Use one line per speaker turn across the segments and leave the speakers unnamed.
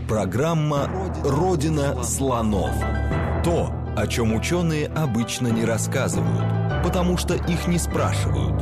Программа «Родина слонов». То, о чем ученые обычно не рассказывают, потому что их не спрашивают.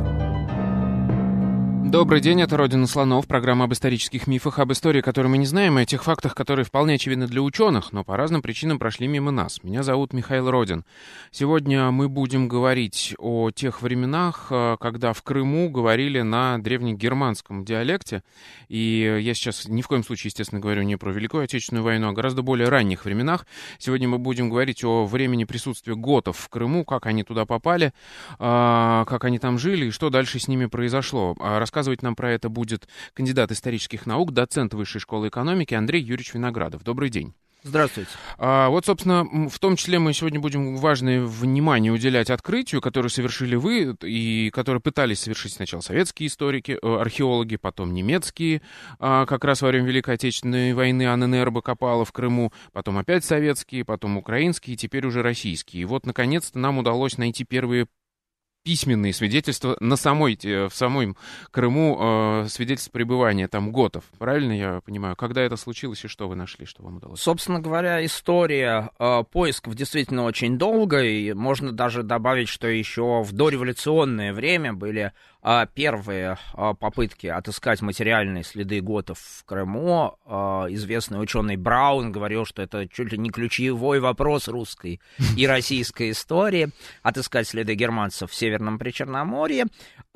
Добрый день, это «Родина слонов», программа об исторических мифах, об истории, которую мы не знаем, и о тех фактах, которые вполне очевидны для ученых, но по разным причинам прошли мимо нас. Меня зовут Михаил Родин. Сегодня мы будем говорить о тех временах, когда в Крыму говорили на древнегерманском диалекте, и я сейчас ни в коем случае, естественно, говорю не про Великую Отечественную войну, а гораздо более ранних временах. Сегодня мы будем говорить о времени присутствия готов в Крыму, как они туда попали, как они там жили и что дальше с ними произошло. Рассказывать нам про это будет кандидат исторических наук, доцент Высшей школы экономики Андрей Юрьевич Виноградов. Добрый день.
Здравствуйте.
Вот, собственно, в том числе мы сегодня будем важное внимание уделять открытию, которое совершили вы, и которое пытались совершить сначала советские историки, археологи, потом немецкие, как раз во время Великой Отечественной войны АННРБ копала в Крыму, потом опять советские, потом украинские, теперь уже российские. И вот, наконец-то, нам удалось найти первые письменные свидетельства в самом Крыму, свидетельства пребывания там готов. Правильно я понимаю? Когда это случилось и что вы нашли, что вам удалось?
Собственно говоря, история поисков действительно очень долгая, и можно даже добавить, что еще в дореволюционное время были первые попытки отыскать материальные следы готов в Крыму. Известный ученый Браун говорил, что это чуть ли не ключевой вопрос русской и российской истории — отыскать следы германцев в Северном Причерноморье.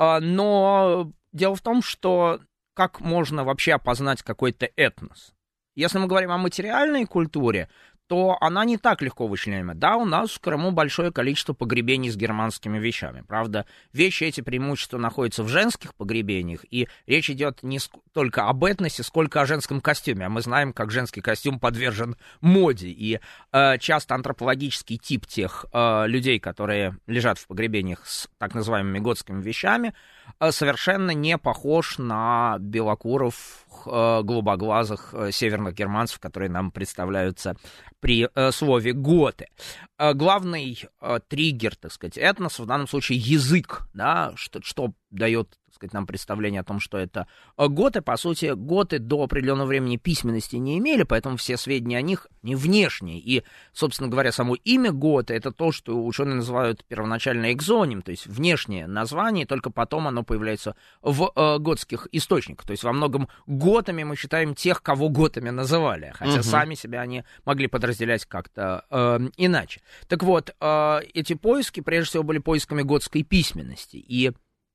Но дело в том, что как можно вообще опознать какой-то этнос? Если мы говорим о материальной культуре, то она не так легко вычленяема. Да, у нас в Крыму большое количество погребений с германскими вещами. Правда, вещи эти преимущественно находятся в женских погребениях, и речь идет не только об этносе, сколько о женском костюме. А мы знаем, как женский костюм подвержен моде, и часто антропологический тип тех людей, которые лежат в погребениях с так называемыми готскими вещами, совершенно не похож на белокуров, голубоглазых северных германцев, которые нам представляются при слове «готы». Главный триггер, так сказать, этноса, в данном случае язык, да, что дает, так сказать, нам представление о том, что это готы. По сути, готы до определенного времени письменности не имели, поэтому все сведения о них не внешние. И, собственно говоря, само имя готы — это то, что ученые называют первоначально экзоним, то есть внешнее название, и только потом оно появляется в готских источниках. То есть во многом готами мы считаем тех, кого готами называли, хотя сами себя они могли подразделять как-то иначе. Так вот, эти поиски, прежде всего, были поисками готской письменности, и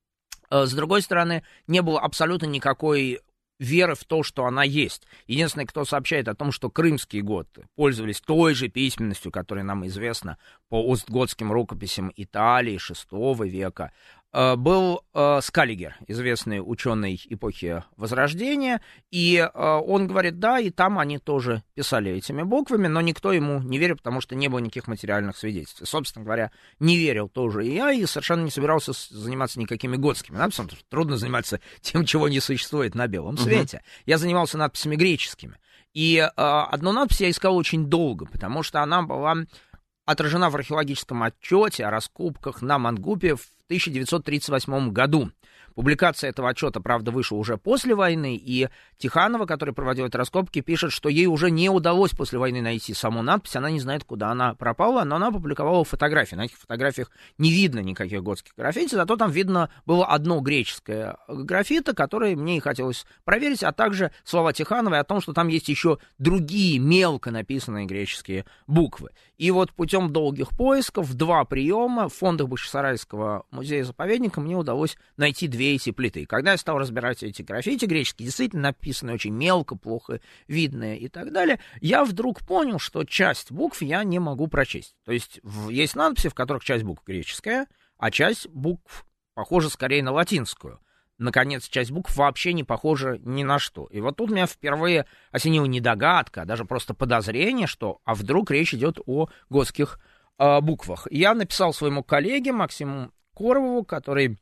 с другой стороны, не было абсолютно никакой веры в то, что она есть. Единственный, кто сообщает о том, что крымские готы пользовались той же письменностью, которая нам известна по остготским рукописям Италии VI века, был Скаллигер, известный ученый эпохи Возрождения, и он говорит, да, и там они тоже писали этими буквами, но никто ему не верил, потому что не было никаких материальных свидетельств. И, собственно говоря, не верил тоже и я, и совершенно не собирался заниматься никакими готскими надписями, потому что трудно заниматься тем, чего не существует на белом свете. Я занимался надписями греческими, и одну надпись я искал очень долго, потому что она была отражена в археологическом отчете о раскопках на Мангупе в 1938 году. Публикация этого отчета, правда, вышла уже после войны, и Тиханова, который проводил эти раскопки, пишет, что ей уже не удалось после войны найти саму надпись, она не знает, куда она пропала, но она опубликовала фотографии. На этих фотографиях не видно никаких готских граффити, зато там видно было одно греческое граффити, которое мне и хотелось проверить, а также слова Тихановой о том, что там есть еще другие мелко написанные греческие буквы. И вот путем долгих поисков, 2 приема в фондах Бахчисарайского музея-заповедника мне удалось найти 2 эти плиты. И когда я стал разбирать эти граффити греческие, действительно написанные очень мелко, плохо видные и так далее, я вдруг понял, что часть букв я не могу прочесть. То есть есть надписи, в которых часть букв греческая, а часть букв похожа скорее на латинскую. Наконец, часть букв вообще не похожа ни на что. И вот тут меня впервые осенила не догадка, а даже просто подозрение, что а вдруг речь идет о готских буквах. Я написал своему коллеге Максиму Корову, который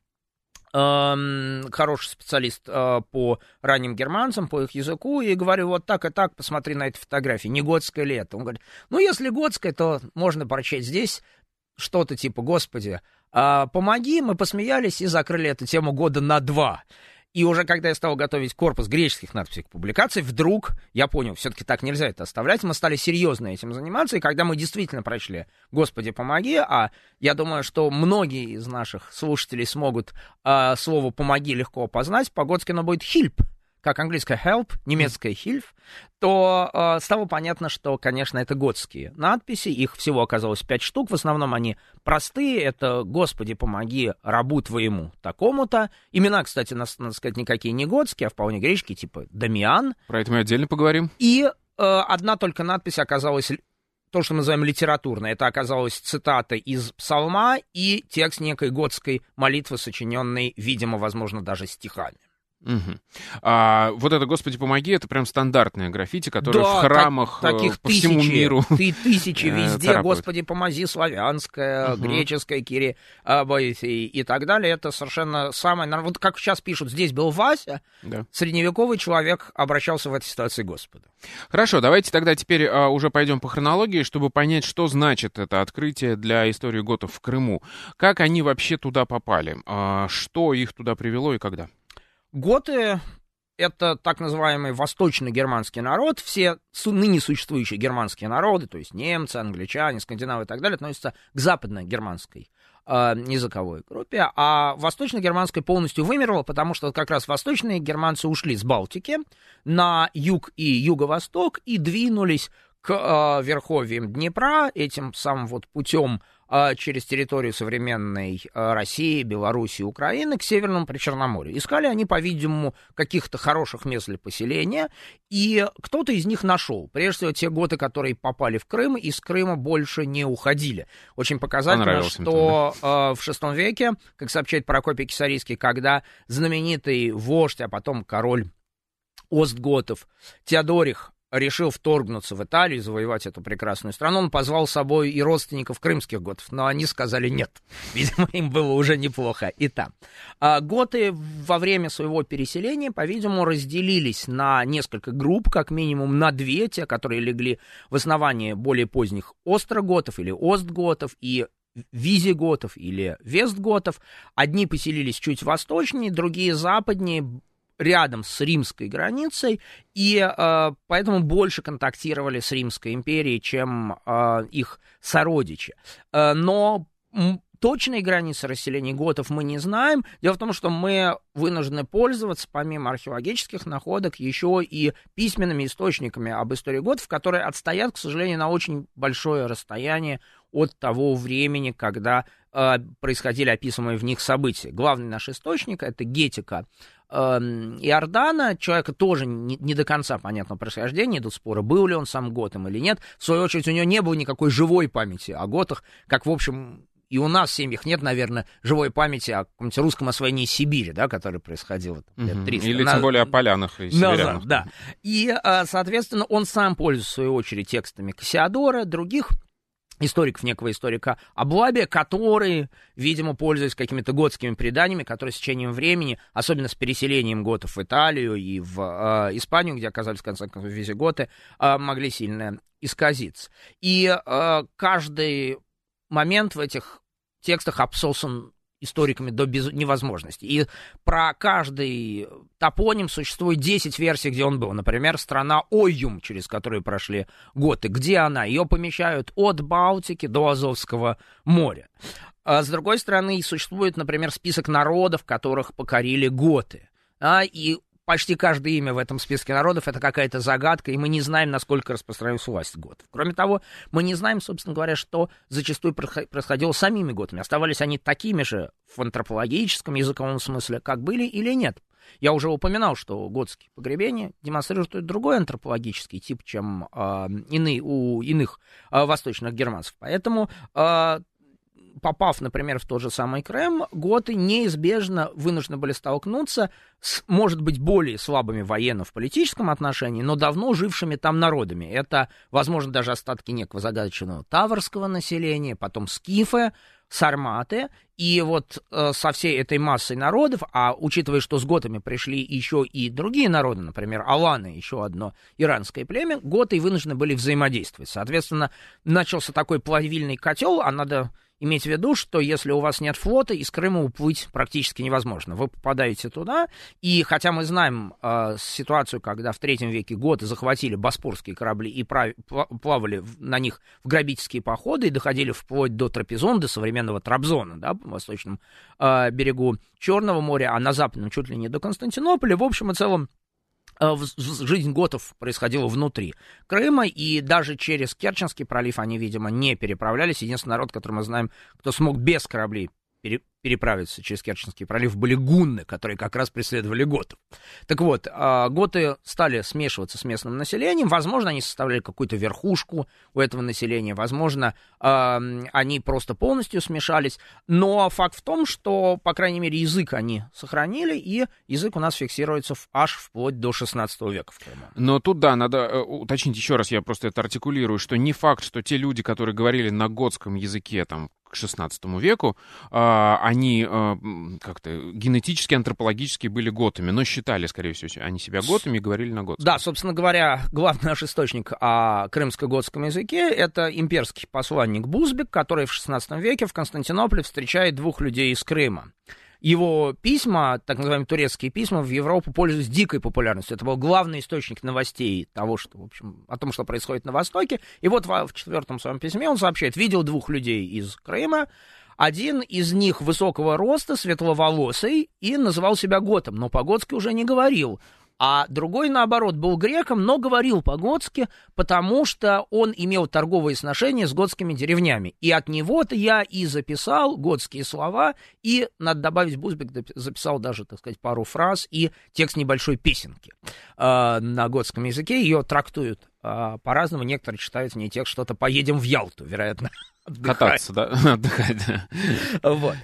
хороший специалист по ранним германцам, по их языку, и говорю, вот так и так, посмотри на эти фотографии, не готское ли это? Он говорит, ну, если готское, то можно прочесть здесь что-то типа, Господи, помоги, мы посмеялись и закрыли эту тему года на 2. И уже когда я стал готовить корпус греческих надписей к публикации, вдруг я понял, все-таки так нельзя это оставлять, мы стали серьезно этим заниматься, и когда мы действительно прочли «Господи, помоги», а я думаю, что многие из наших слушателей смогут слово «помоги» легко опознать, по-готски оно будет «хильп», как английское help, немецкое hilf, то стало понятно, что, конечно, это готские надписи, их всего оказалось 5 штук, в основном они простые, это «Господи, помоги рабу твоему такому-то». Имена, кстати, надо сказать, никакие не готские, а вполне греческие, типа Дамиан.
Про это мы отдельно поговорим.
И одна только надпись оказалась, то, что мы называем литературной, это оказалась цитата из псалма и текст некой готской молитвы, сочиненной, видимо, возможно, даже стихами.
Угу. Вот это «Господи, помоги» — это прям стандартное граффити, которое в храмах
таких
по всему миру.
Тысячи везде,
царапают.
«Господи, помоги», славянское, греческое, кири, и так далее. Это совершенно самое... Вот как сейчас пишут, здесь был Вася,
Да.
средневековый человек обращался в этой ситуации к Господу.
Хорошо, давайте тогда теперь уже пойдем по хронологии, чтобы понять, что значит это открытие для истории готов в Крыму. Как они вообще туда попали? Что их туда привело и когда?
Готы — это так называемый восточно-германский народ. Все ныне существующие германские народы, то есть немцы, англичане, скандинавы и так далее, относятся к западно-германской языковой группе, а восточно-германская полностью вымерла, потому что как раз восточные германцы ушли с Балтики на юг и юго-восток и двинулись к верховьям Днепра, этим самым вот путем через территорию современной России, Белоруссии, Украины к Северному Причерноморью. Искали они, по-видимому, каких-то хороших мест для поселения, и кто-то из них нашел. Прежде всего, те готы, которые попали в Крым, из Крыма больше не уходили. Очень показательно, что в VI веке, как сообщает Прокопий Кисарийский, когда знаменитый вождь, а потом король остготов Теодорих решил вторгнуться в Италию, завоевать эту прекрасную страну, он позвал с собой и родственников крымских готов, но они сказали нет. Видимо, им было уже неплохо и там. Готы во время своего переселения, по-видимому, разделились на несколько групп, как минимум на 2, те, которые легли в основании более поздних остроготов или остготов и визиготов или вестготов. Одни поселились чуть восточнее, другие западнее, рядом с римской границей, и поэтому больше контактировали с Римской империей, чем их сородичи. Но точные границы расселения готов мы не знаем. Дело в том, что мы вынуждены пользоваться, помимо археологических находок, еще и письменными источниками об истории готов, которые отстоят, к сожалению, на очень большое расстояние от того времени, когда происходили описываемые в них события. Главный наш источник — это Гетика Иордана, человека тоже не до конца понятного происхождения, идут споры, был ли он сам готом или нет. В свою очередь, у него не было никакой живой памяти о готах, как, в общем, и у нас в семьях нет, наверное, живой памяти о каком-нибудь русском освоении Сибири, да, которое происходило лет 300.
Или тем более о полянах и северянах.
Да. И, соответственно, он сам пользуется, в свою очередь, текстами Кассиодора, других историков, некого историка Аблабия, которые, видимо, пользуясь какими-то готскими преданиями, которые с течением времени, особенно с переселением готов в Италию и в Испанию, где оказались, в конце концов, визиготы, могли сильно исказиться. И каждый момент в этих текстах обсосан историками до невозможности. И про каждый топоним существует 10 версий, где он был. Например, страна Ойюм, через которую прошли готы. Где она? Ее помещают от Балтики до Азовского моря. А с другой стороны, существует, например, список народов, которых покорили готы. И почти каждое имя в этом списке народов — это какая-то загадка, и мы не знаем, насколько распространилась власть готов. Кроме того, мы не знаем, собственно говоря, что зачастую происходило с самими готами. Оставались они такими же в антропологическом языковом смысле, как были или нет. Я уже упоминал, что готские погребения демонстрируют другой антропологический тип, чем у иных восточных германцев. Поэтому, попав, например, в тот же самый Крым, готы неизбежно вынуждены были столкнуться с, может быть, более слабыми военно в политическом отношении, но давно жившими там народами. Это, возможно, даже остатки некого загадочного таврского населения, потом скифы, сарматы, и вот со всей этой массой народов, а учитывая, что с готами пришли еще и другие народы, например, аланы, еще одно иранское племя, готы вынуждены были взаимодействовать. Соответственно, начался такой плавильный котел, а надо иметь в виду, что если у вас нет флота, из Крыма уплыть практически невозможно. Вы попадаете туда, и хотя мы знаем ситуацию, когда в III веке готы захватили боспорские корабли и плавали на них в грабительские походы и доходили вплоть до Трапезунды, современного Трабзона, да, по восточному берегу Черного моря, а на западном чуть ли не до Константинополя, в общем и целом, жизнь готов происходила внутри Крыма, и даже через Керченский пролив они, видимо, не переправлялись. Единственный народ, который мы знаем, кто смог без кораблей переправиться через Керченский пролив, были гунны, которые как раз преследовали готов. Так вот, готы стали смешиваться с местным населением. Возможно, они составляли какую-то верхушку у этого населения. Возможно, они просто полностью смешались. Но факт в том, что, по крайней мере, язык они сохранили, и язык у нас фиксируется аж вплоть до 16 века в Крыму.
Но тут, да, надо уточнить еще раз, я просто это артикулирую, что не факт, что те люди, которые говорили на готском языке, там, к XVI веку, они как-то генетически, антропологически были готами, но считали, скорее всего, они себя готами и говорили на готском.
Да, собственно говоря, главный наш источник о крымско-готском языке — это имперский посланник Бузбек, который в XVI веке в Константинополе встречает двух людей из Крыма. Его письма, так называемые турецкие письма, в Европу пользуются дикой популярностью. Это был главный источник новостей того, что, в общем, о том, что происходит на Востоке. И вот в 4-м своем письме он сообщает: видел двух людей из Крыма. Один из них высокого роста, светловолосый, и называл себя готом, но по-готски уже не говорил. А другой, наоборот, был греком, но говорил по-готски, потому что он имел торговые сношения с готскими деревнями. И от него-то я и записал готские слова, и, надо добавить, Бузбек записал даже, так сказать, пару фраз и текст небольшой песенки на готском языке. Ее трактуют по-разному. Некоторые читают в ней текст что-то «поедем в Ялту», вероятно.
Кататься, да? Отдыхать, да.
Вот.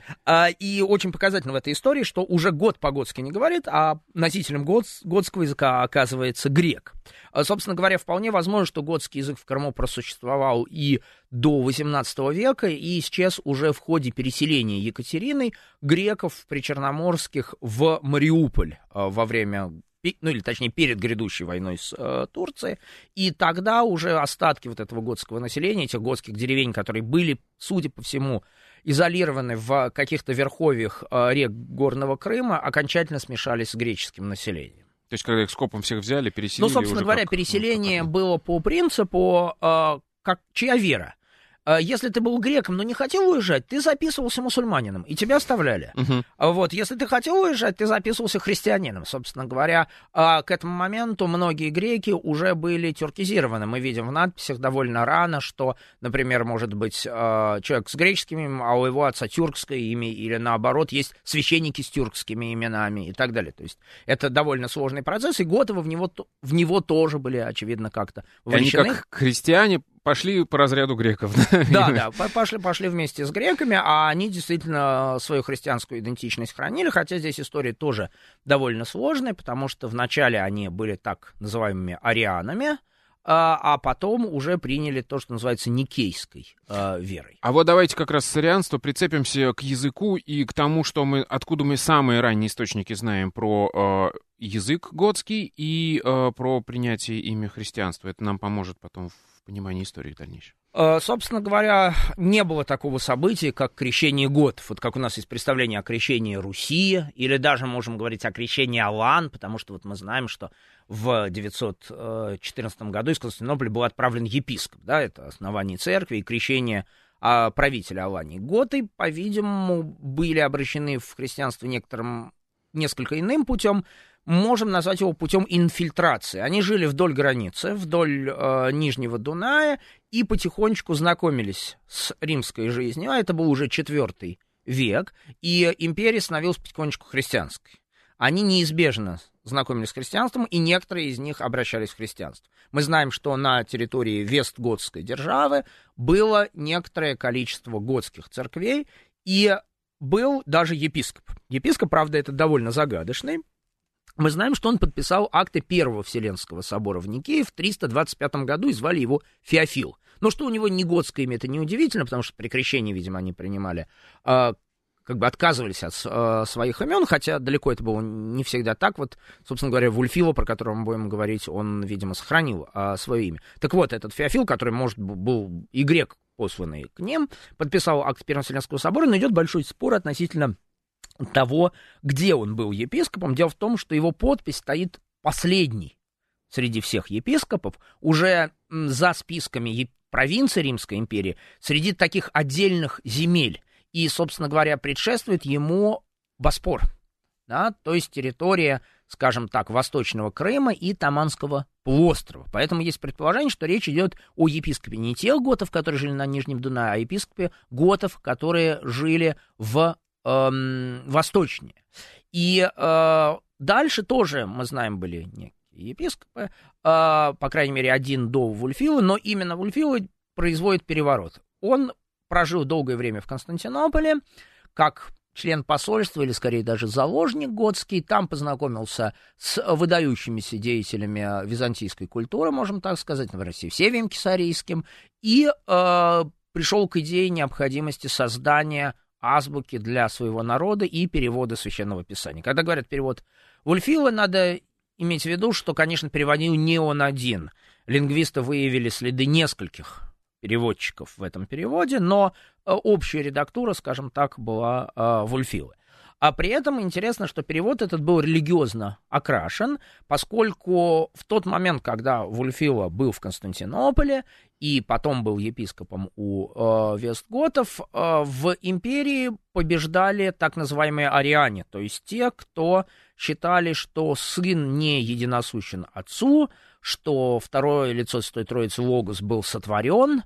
И очень показательно в этой истории, что уже гот по-готски не говорит, а носителем готского языка оказывается грек. Собственно говоря, вполне возможно, что готский язык в Крыму просуществовал и до XVIII века, и исчез уже в ходе переселения Екатериной греков причерноморских в Мариуполь во время, ну или точнее перед грядущей войной с Турцией, и тогда уже остатки вот этого готского населения, этих готских деревень, которые были, судя по всему, изолированы в каких-то верховьях рек Горного Крыма, окончательно смешались с греческим населением.
То есть, когда их скопом всех взяли, переселили...
Ну, собственно говоря, переселение было по принципу, как чья вера. Если ты был греком, но не хотел уезжать, ты записывался мусульманином, и тебя оставляли. Вот, если ты хотел уезжать, ты записывался христианином. Собственно говоря, к этому моменту многие греки уже были тюркизированы. Мы видим в надписях довольно рано, что, например, может быть человек с греческим именем, а у его отца тюркское имя, или наоборот, есть священники с тюркскими именами и так далее. То есть это довольно сложный процесс, и готовы в него тоже были, очевидно, как-то вовлечены.
Они как христиане пошли по разряду греков.
Да, пошли вместе с греками, а они действительно свою христианскую идентичность хранили, хотя здесь история тоже довольно сложная, потому что вначале они были так называемыми арианами, а потом уже приняли то, что называется никейской верой.
А вот давайте как раз с арианства прицепимся к языку и к тому, откуда мы самые ранние источники знаем про язык готский и про принятие ими христианства. Это нам поможет потом в понимании истории дальнейшей.
Собственно говоря, не было такого события, как крещение готов. Вот как у нас есть представление о крещении Руси, или даже можем говорить о крещении Алан, потому что вот мы знаем, что в 914 году из Константинополя был отправлен епископ, да, это основание церкви и крещение правителя Алании. Готы, по-видимому, были обращены в христианство несколько иным путем. Можем назвать его путем инфильтрации. Они жили вдоль границы, вдоль Нижнего Дуная, и потихонечку знакомились с римской жизнью, а это был уже IV век, и империя становилась потихонечку христианской. Они неизбежно знакомились с христианством, и некоторые из них обращались в христианство. Мы знаем, что на территории Вестготской державы было некоторое количество готских церквей, и был даже епископ. Епископ, правда, это довольно загадочный. Мы знаем, что он подписал акты Первого Вселенского собора в Никее в 325 году, и звали его Феофил. Но что у него не готское имя, это неудивительно, потому что при крещении, видимо, они принимали, отказывались от своих имен, хотя далеко это было не всегда так. Вот, собственно говоря, Вульфила, про которого мы будем говорить, он, видимо, сохранил свое имя. Так вот, этот Феофил, который, может, был и грек посланный к ним, подписал акт Первого Вселенского собора, но идет большой спор относительно того, где он был епископом. Дело в том, что его подпись стоит последней среди всех епископов, уже за списками провинций Римской империи, среди таких отдельных земель. И, собственно говоря, предшествует ему Боспор, да, то есть территория, скажем так, Восточного Крыма и Таманского полуострова. Поэтому есть предположение, что речь идет о епископе не тех готов, которые жили на Нижнем Дунае, а епископе готов, которые жили восточнее. И дальше тоже, мы знаем, были некие епископы, по крайней мере, один до Вульфила, но именно Вульфила производит переворот. Он прожил долгое время в Константинополе, как член посольства, или скорее даже заложник готский, там познакомился с выдающимися деятелями византийской культуры, можем так сказать, например, с Евсевием Кесарийским, и пришел к идее необходимости создания азбуки для своего народа и перевода Священного Писания. Когда говорят перевод Вульфила, надо иметь в виду, что, конечно, переводил не он один. Лингвисты выявили следы нескольких переводчиков в этом переводе, но общая редактура, скажем так, была Вульфилы. А при этом интересно, что перевод этот был религиозно окрашен, поскольку в тот момент, когда Вульфила был в Константинополе и потом был епископом у вестготов, в империи побеждали так называемые ариане, то есть те, кто считали, что сын не единосущен отцу, что второе лицо Святой Троицы Логос был сотворен,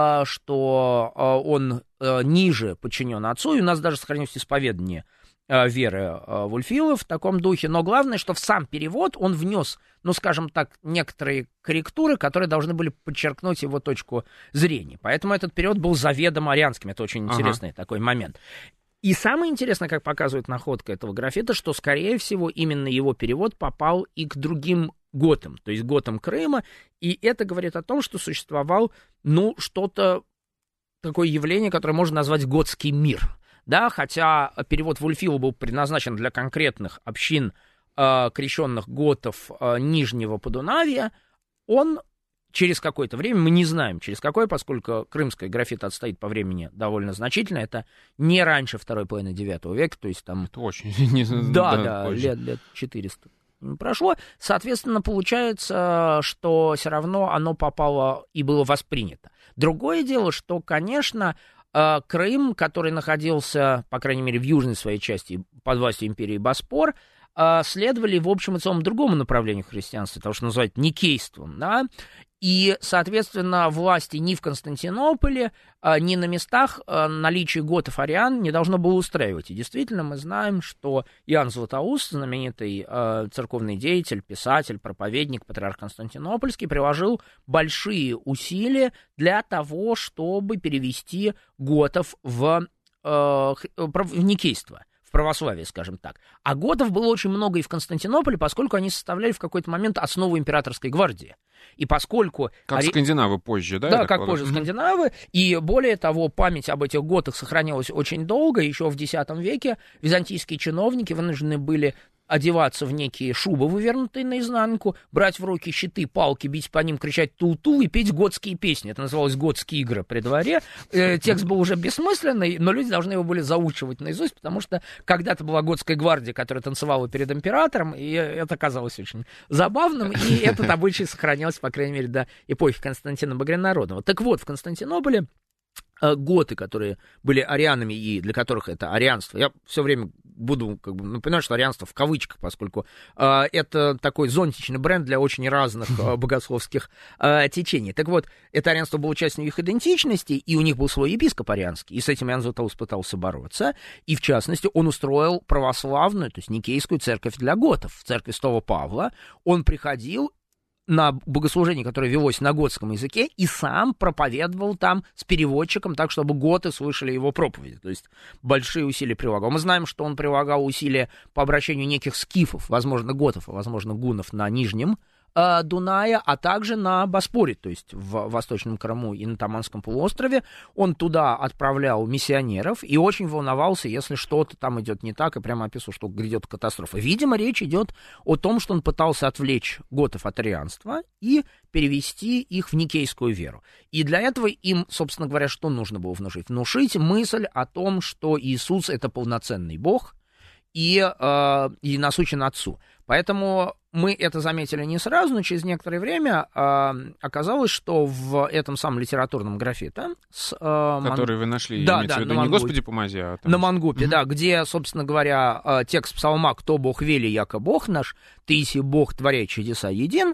что он ниже подчинен отцу, и у нас даже сохранилось исповедание веры Вульфила в таком духе, но главное, что в сам перевод он внес, ну, скажем так, некоторые корректуры, которые должны были подчеркнуть его точку зрения. Поэтому этот перевод был заведомо арианским, это очень интересный такой момент. И самое интересное, как показывает находка этого графита, что, скорее всего, именно его перевод попал и к другим готам, то есть готам Крыма, и это говорит о том, что существовал, ну, что-то, такое явление, которое можно назвать готский мир. Да, хотя перевод Вульфила был предназначен для конкретных общин крещенных готов Нижнего Подунавья, он через какое-то время, мы не знаем через какое, поскольку крымская графита отстоит по времени довольно значительно, это не раньше второй половины IX века, то есть там...
Это очень...
Да, лет 400 прошло. Соответственно, получается, что все равно оно попало и было воспринято. Другое дело, что, конечно, Крым, который находился, по крайней мере, в южной своей части под властью империи Боспор, следовали в общем и целом другому направлению христианства, того, что называют никейством, да, и, соответственно, власти ни в Константинополе, ни на местах наличие готов-ариан не должно было устраивать. И действительно мы знаем, что Иоанн Златоуст, знаменитый церковный деятель, писатель, проповедник, патриарх Константинопольский, приложил большие усилия для того, чтобы перевести готов в никейство. В православии, скажем так. А готов было очень много и в Константинополе, поскольку они составляли в какой-то момент основу императорской гвардии. И поскольку...
Как скандинавы позже, да?
Да, как позже скандинавы. И более того, память об этих готах сохранялась очень долго. Еще в X веке византийские чиновники вынуждены были одеваться в некие шубы, вывернутые наизнанку, брать в руки щиты, палки, бить по ним, кричать ту-ту и петь готские песни. Это называлось готские игры при дворе. Текст был уже бессмысленный, но люди должны его были заучивать наизусть, потому что когда-то была готская гвардия, которая танцевала перед императором, и это казалось очень забавным, и этот обычай сохранялся, по крайней мере, до эпохи Константина Багрянародного. Так вот, в Константинополе готы, которые были арианами и для которых это арианство, я все время буду напоминать, что арианство в кавычках, поскольку это такой зонтичный бренд для очень разных богословских течений. Так вот, это арианство было частью их идентичности, и у них был свой епископ арианский, и с этим Иоанн Златоуст пытался бороться, и в частности он устроил православную, то есть никейскую церковь для готов, в церковь Святого Павла. Он приходил на богослужение, которое велось на готском языке, и сам проповедовал там с переводчиком, так, чтобы готы слышали его проповеди. То есть большие усилия прилагал. Мы знаем, что он прилагал усилия по обращению неких скифов, возможно, готов, а возможно, гуннов на Нижнем Дуная, а также на Боспоре, то есть в Восточном Крыму и на Таманском полуострове. Он туда отправлял миссионеров и очень волновался, если что-то там идет не так, и прямо описывал, что грядет катастрофа. Видимо, речь идет о том, что он пытался отвлечь готов от арианства и перевести их в никейскую веру. И для этого им, собственно говоря, что нужно было внушить? Внушить мысль о том, что Иисус — это полноценный Бог и насущен Отцу. Поэтому мы это заметили не сразу, но через некоторое время оказалось, что в этом самом литературном граффити,
который вы нашли, имеется в виду не «Господи, помози», а там...
на Мангупе, да, где, собственно говоря, текст псалма «Кто Бог вели, яко Бог наш, ты иси Бог, творяй чудеса един»,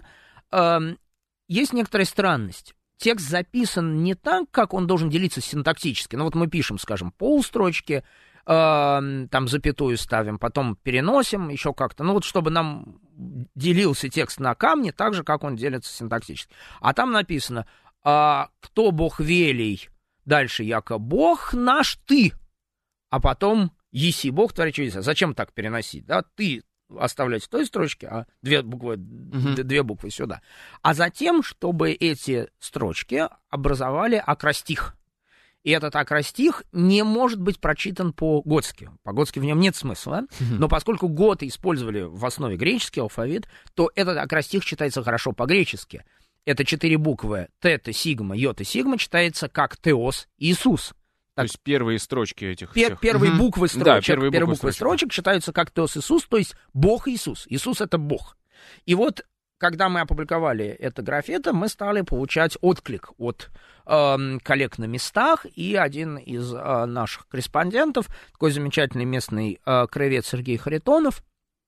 есть некоторая странность. Текст записан не так, как он должен делиться синтаксически. Ну вот мы пишем, скажем, полстрочки, там запятую ставим, потом переносим, еще как-то. Ну вот чтобы нам делился текст на камни, так же, как он делится синтаксически. А там написано, кто Бог велей, дальше яко Бог наш ты, а потом еси Бог, творя чудеса. Зачем так переносить? Да? Ты оставлять в той строчке, а две буквы сюда. А затем, чтобы эти строчки образовали акростих. И этот акростих не может быть прочитан по-готски. По-готски в нем нет смысла, но поскольку готы использовали в основе греческий алфавит, то этот акростих читается хорошо по-гречески. Это 4 буквы тета, сигма, йота, сигма читается как теос, Иисус.
То есть первые строчки этих
Первые буквы строчек,
да, первые буквы
строчек читаются как теос Иисус, то есть Бог Иисус. Иисус — это Бог. И вот, когда мы опубликовали это граффити, мы стали получать отклик от коллег на местах, и один из наших корреспондентов, такой замечательный местный краевед Сергей Харитонов,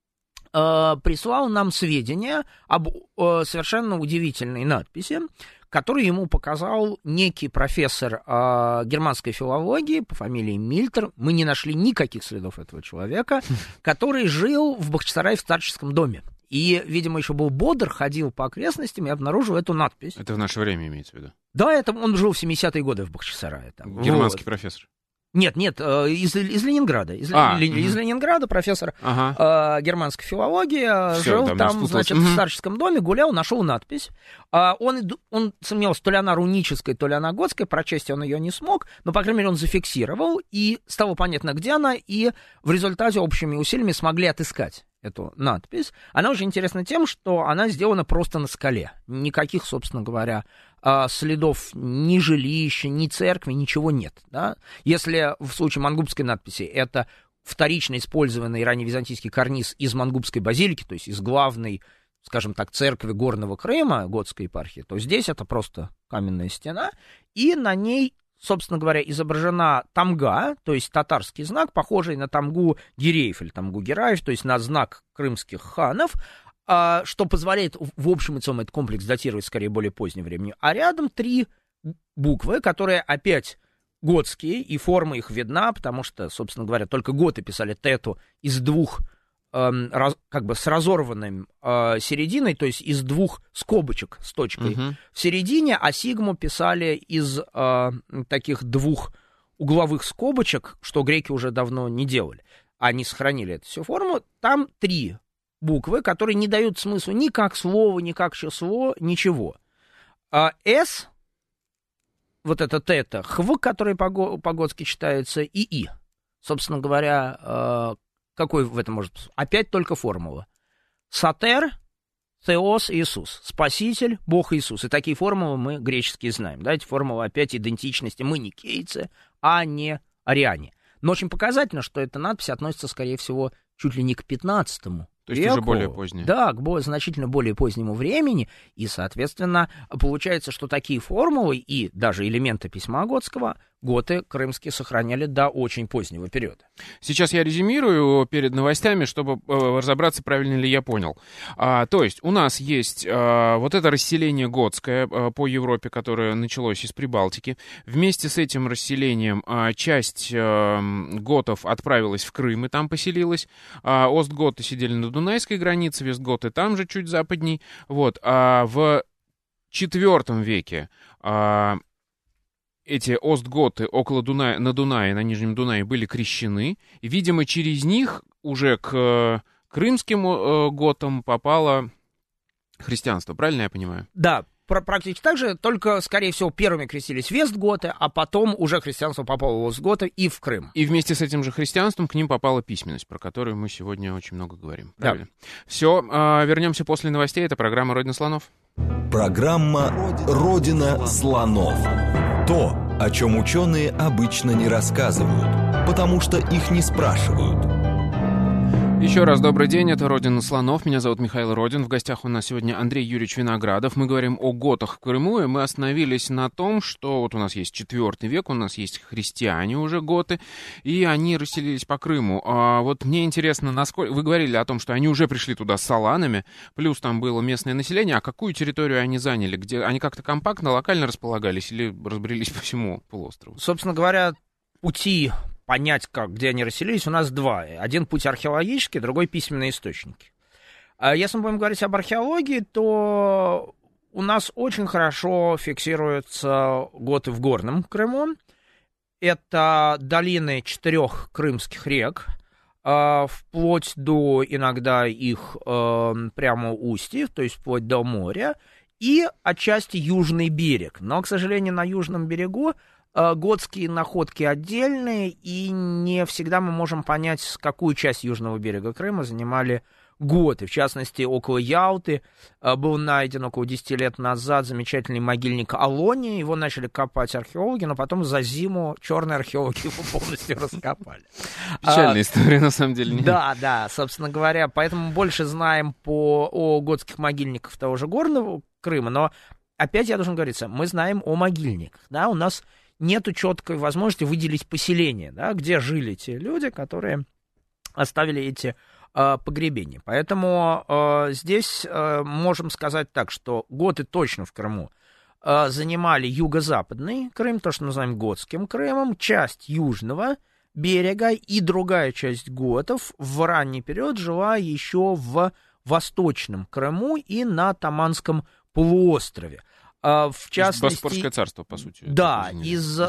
прислал нам сведения об совершенно удивительной надписи, которую ему показал некий профессор германской филологии по фамилии Мильтер. Мы не нашли никаких следов этого человека, который жил в Бахчисарае в старческом доме. И, видимо, еще был бодр, ходил по окрестностям и обнаружил эту надпись.
Это в наше время имеется в виду?
Да, это он жил в 70-е годы в Бахчисарае. Там.
Германский профессор?
Нет, из Ленинграда. Из Ленинграда профессор германской филологии жил там, значит, в старческом доме, гулял, нашел надпись. Он сомневался, то ли она руническая, то ли она готская, прочесть он ее не смог, но, по крайней мере, он зафиксировал, и стало понятно, где она, и в результате общими усилиями смогли отыскать эту надпись. Она очень интересна тем, что она сделана просто на скале. Никаких, собственно говоря, следов ни жилища, ни церкви, ничего нет. Да? Если в случае мангубской надписи это вторично использованный ранневизантийский карниз из мангубской базилики, то есть из главной, скажем так, церкви Горного Крыма, готской епархии, то здесь это просто каменная стена, и на ней, собственно говоря, изображена тамга, то есть татарский знак, похожий на тамгу Гиреев или тамгу Гераев, то есть на знак крымских ханов, что позволяет в общем и целом этот комплекс датировать скорее более поздним временем. А рядом 3 буквы, которые опять готские, и форма их видна, потому что, собственно говоря, только готы писали тету из 2 как бы с разорванной серединой, то есть из 2 скобочек с точкой в середине, а сигму писали из таких 2 угловых скобочек, что греки уже давно не делали. Они сохранили эту всю форму. Там 3 буквы, которые не дают смыслу ни как слово, ни как число, ничего. С, вот это тета, хв, который по-готски читается, и И. Собственно говоря, какой в этом может быть? Опять только формула. Сатер, Теос, Иисус. Спаситель, Бог Иисус. И такие формулы мы греческие знаем. Да, эти формулы опять идентичности. Мы никейцы, а не ариане. Но очень показательно, что эта надпись относится, скорее всего, чуть ли не к 15-му.
То есть уже более позднее.
Да, к значительно более позднему времени, и, соответственно, получается, что такие формулы и даже элементы письма готского готы крымские сохраняли до очень позднего периода.
Сейчас я резюмирую перед новостями, чтобы разобраться, правильно ли я понял. То есть у нас есть вот это расселение готское по Европе, которое началось из Прибалтики. Вместе с этим расселением часть готов отправилась в Крым и там поселилась. Остготы сидели на Дунайской границе, вестготы там же чуть западней. Вот. А в IV веке эти остготы около Дуная, на Дунае, на Нижнем Дунае были крещены, и, видимо, через них уже к крымским готам попала христианства, правильно я понимаю?
Да, практически так же, только, скорее всего, первыми крестились вестготы, а потом уже христианство попало в остготы и в Крым.
И вместе с этим же христианством к ним попала письменность, про которую мы сегодня очень много говорим. Правильно? Да. Все, вернемся после новостей. Это программа «Родина слонов».
Программа «Родина слонов». То, о чем ученые обычно не рассказывают, потому что их не спрашивают.
Еще раз добрый день, это «Родина слонов», меня зовут Михаил Родин, в гостях у нас сегодня Андрей Юрьевич Виноградов. Мы говорим о готах в Крыму, и мы остановились на том, что вот у нас есть IV век, у нас есть христиане уже готы, и они расселились по Крыму. А вот мне интересно, насколько... Вы говорили о том, что они уже пришли туда с саланами, плюс там было местное население, а какую территорию они заняли? Где они как-то компактно, локально располагались или разбрелись по всему полуострову?
Собственно говоря, пути... понять, где они расселились, у нас два. Один путь археологический, другой письменные источники. Если мы будем говорить об археологии, то у нас очень хорошо фиксируются готы в Горном Крыму. Это долины 4 крымских рек, вплоть до иногда их прямо устьев, то есть вплоть до моря, и отчасти южный берег. Но, к сожалению, на южном берегу готские находки отдельные, и не всегда мы можем понять, какую часть южного берега Крыма занимали готы. В частности, около Ялты был найден около 10 лет назад замечательный могильник Алония. Его начали копать археологи, но потом за зиму черные археологи его полностью раскопали.
Печальная история, на самом деле.
Да, собственно говоря, поэтому больше знаем о готских могильниках того же Горного Крыма, но опять я должен говориться, мы знаем о могильниках, да, у нас нету четкой возможности выделить поселение, да, где жили те люди, которые оставили эти погребения. Поэтому здесь можем сказать так, что готы точно в Крыму занимали юго-западный Крым, то, что называем готским Крымом, часть южного берега, и другая часть готов в ранний период жила еще в восточном Крыму и на Таманском полуострове. В частности,
Боспорское царство, по сути.
Да, из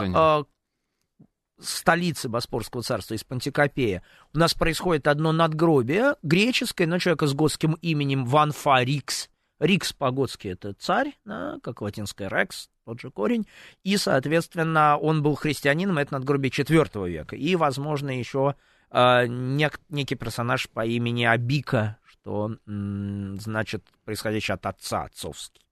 столицы Боспорского царства, из Пантикопея, у нас происходит одно надгробие греческое, но человека с готским именем Ванфа Рикс. Рикс по-готски это царь, да, как латинское рекс, тот же корень. И, соответственно, он был христианином, это надгробие IV века. И, возможно, еще некий персонаж по имени Абика, что значит происходящий от отца, отцовский.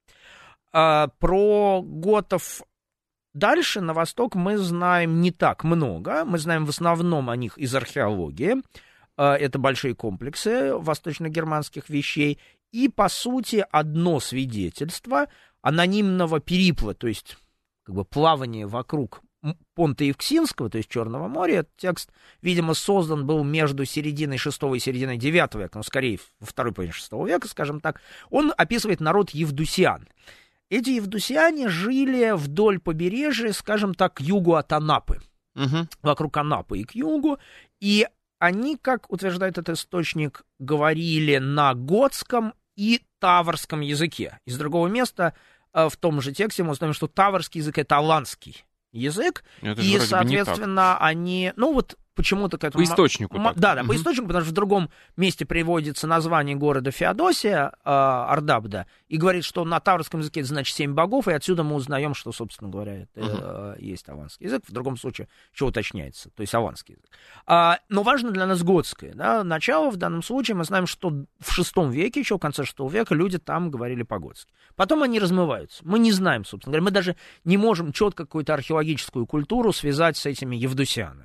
Про готов дальше, на восток, мы знаем не так много. Мы знаем в основном о них из археологии. Это большие комплексы восточно-германских вещей. И, по сути, одно свидетельство анонимного перипла, то есть как бы плавания вокруг Понта Евксинского, то есть Черного моря. Этот текст, видимо, создан был между серединой VI и серединой IX века, но скорее во второй половине VI века, скажем так. Он описывает народ евдусиан. Эти евдусиане жили вдоль побережья, скажем так, к югу от Анапы, вокруг Анапы и к югу, и они, как утверждает этот источник, говорили на готском и таврском языке. Из другого места в том же тексте мы узнаем, что таврский язык — это аланский язык, и, соответственно, они, ну вот, почему-то к этому...
По источнику.
Да, по источнику, потому что в другом месте приводится название города Феодосия, Ардабда, и говорит, что на таврском языке это значит 7 богов, и отсюда мы узнаем, что, собственно говоря, это есть аланский язык. В другом случае, что уточняется, то есть аланский язык. Но важно для нас готское. Да? Начало в данном случае мы знаем, что в VI веке, еще в конце VI века, люди там говорили по-готски. Потом они размываются. Мы не знаем, собственно говоря, мы даже не можем четко какую-то археологическую культуру связать с этими евдусианами.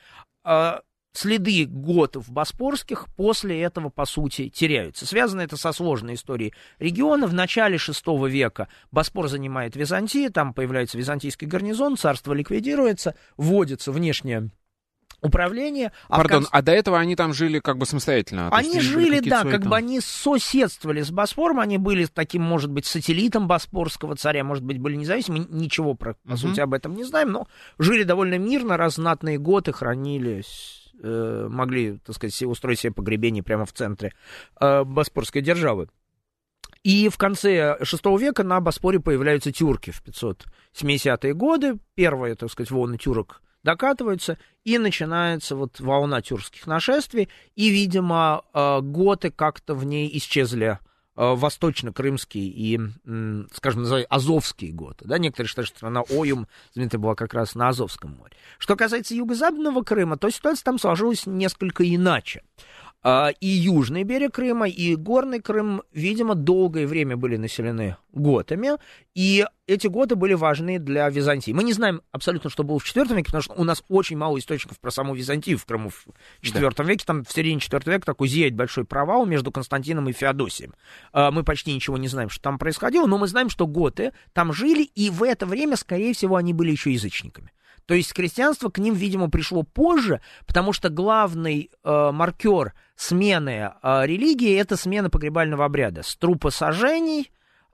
Следы готов боспорских после этого, по сути, теряются. Связано это со сложной историей региона. В начале VI века Боспор занимает Византия, там появляется византийский гарнизон, царство ликвидируется, вводится внешнее управление.
А до этого они там жили как бы самостоятельно?
Они жили, да, как бы они соседствовали с Боспором, они были таким, может быть, сателлитом боспорского царя, может быть, были независимы, ничего, по сути, об этом не знаем, но жили довольно мирно, раз знатные готы хранились, могли, так сказать, устроить себе погребение прямо в центре боспорской державы. И в конце VI века на Боспоре появляются тюрки в 570-е годы, первые, так сказать, волны тюрок докатываются, и начинается вот волна тюркских нашествий, и, видимо, готы как-то в ней исчезли восточно-крымский и, скажем, азовские готы. Да? Некоторые считают, что страна Оюм знаменитая была как раз на Азовском море. Что касается юго-западного Крыма, то ситуация там сложилась несколько иначе. И южный берег Крыма, и горный Крым, видимо, долгое время были населены готами, и эти готы были важны для Византии. Мы не знаем абсолютно, что было в IV веке, потому что у нас очень мало источников про саму Византию в Крыму в IV веке. Там в середине IV века такой зияет большой провал между Константином и Феодосием. Мы почти ничего не знаем, что там происходило, но мы знаем, что готы там жили, и в это время, скорее всего, они были еще язычниками. То есть христианство к ним, видимо, пришло позже, потому что главный маркер смены религии — это смена погребального обряда с трупосожжений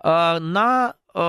на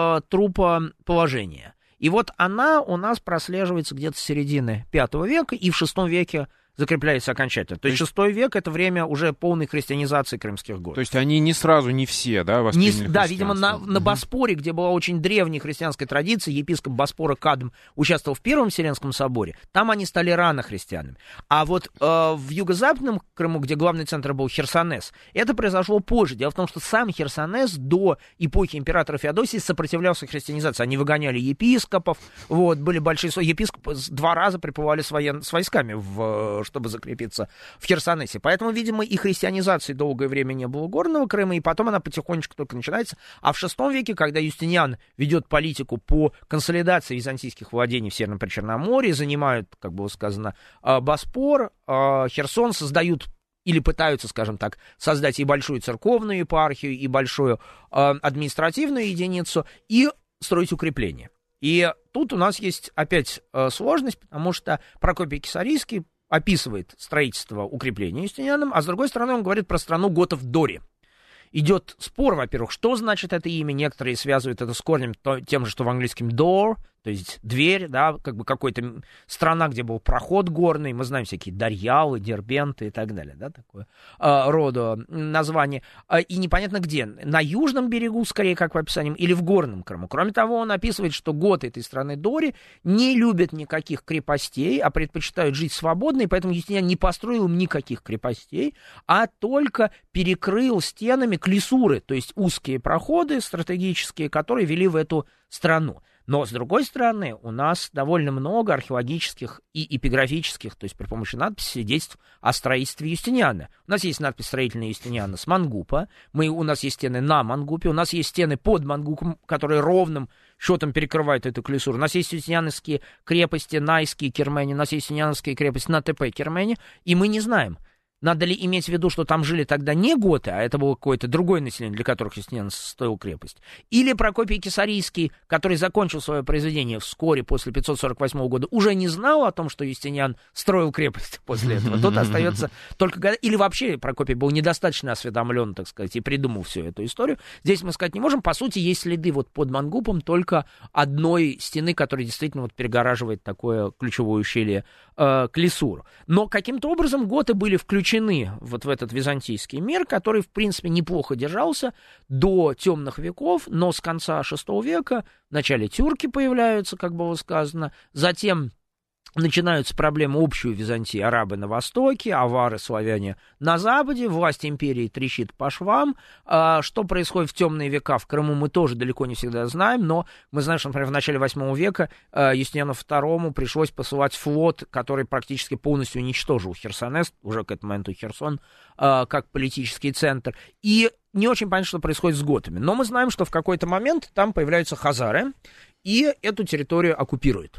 трупоположение. И вот она у нас прослеживается где-то с середины V века, и в VI веке закрепляется окончательно. То есть VI век — это время уже полной христианизации крымских готов.
То есть они не сразу, не все, да, восприняли христианство?
Да, видимо, на Боспоре, где была очень древняя христианская традиция, епископ Боспора Кадм участвовал в Первом Вселенском соборе, там они стали рано христианами. А вот в юго-западном Крыму, где главный центр был Херсонес, это произошло позже. Дело в том, что сам Херсонес до эпохи императора Феодосии сопротивлялся христианизации. Они выгоняли епископов, вот, были большие... Епископы 2 раза приплывали с войсками чтобы закрепиться в Херсонесе. Поэтому, видимо, и христианизации долгое время не было горного Крыма, и потом она потихонечку только начинается. А в VI веке, когда Юстиниан ведет политику по консолидации византийских владений в Северном Причерноморье, занимают, как было сказано, Боспор, Херсон, создают или пытаются, скажем так, создать и большую церковную епархию, и большую административную единицу, и строить укрепления. И тут у нас есть опять сложность, потому что Прокопий Кесарийский описывает строительство укрепления Юстинианом, а с другой стороны он говорит про страну готов Дори. Идет спор, во-первых, что значит это имя. Некоторые связывают это с корнем тем же, что в английском door, то есть дверь, да, как бы какая-то страна, где был проход горный. Мы знаем всякие Дарьялы, Дербенты и так далее, да, такое рода название. И непонятно где. На южном берегу, скорее, как по описаниям, или в горном Крыму. Кроме того, он описывает, что готы этой страны Дори не любят никаких крепостей, а предпочитают жить свободно, и поэтому Юстиниан не построил им никаких крепостей, а только перекрыл стенами клисуры, то есть узкие проходы стратегические, которые вели в эту страну. Но, с другой стороны, у нас довольно много археологических и эпиграфических, то есть при помощи надписей, свидетельств о строительстве Юстиниана. У нас есть надпись строительная Юстиниана с Мангупа, у нас есть стены на Мангупе, у нас есть стены под Мангупом, которые ровным счетом перекрывают эту клисуру. У нас есть юстиниановские крепости на Иске Кермени, у нас есть юстиниановские крепости на ТП Кермени, и мы не знаем, надо ли иметь в виду, что там жили тогда не готы, а это было какое-то другое население, для которых Юстиниан строил крепость. Или Прокопий Кесарийский, который закончил свое произведение вскоре после 548 года, уже не знал о том, что Юстиниан строил крепость после этого. Тут остается только... Или вообще Прокопий был недостаточно осведомлен, так сказать, и придумал всю эту историю. Здесь мы сказать не можем. По сути, есть следы вот под Мангупом только одной стены, которая действительно вот перегораживает такое ключевое ущелье Клисуру. Но каким-то образом готы были включены вот в этот византийский мир, который, в принципе, неплохо держался до темных веков, но с конца VI века в начале тюрки появляются, как было сказано, затем начинаются проблемы общей Византии, арабы на востоке, авары, славяне на западе, власть империи трещит по швам. Что происходит в темные века в Крыму, мы тоже далеко не всегда знаем, но мы знаем, что, например, в начале VIII века Юстиниану II пришлось посылать флот, который практически полностью уничтожил Херсонес, уже к этому моменту Херсон, как политический центр. И не очень понятно, что происходит с готами. Но мы знаем, что в какой-то момент там появляются хазары, и эту территорию оккупируют.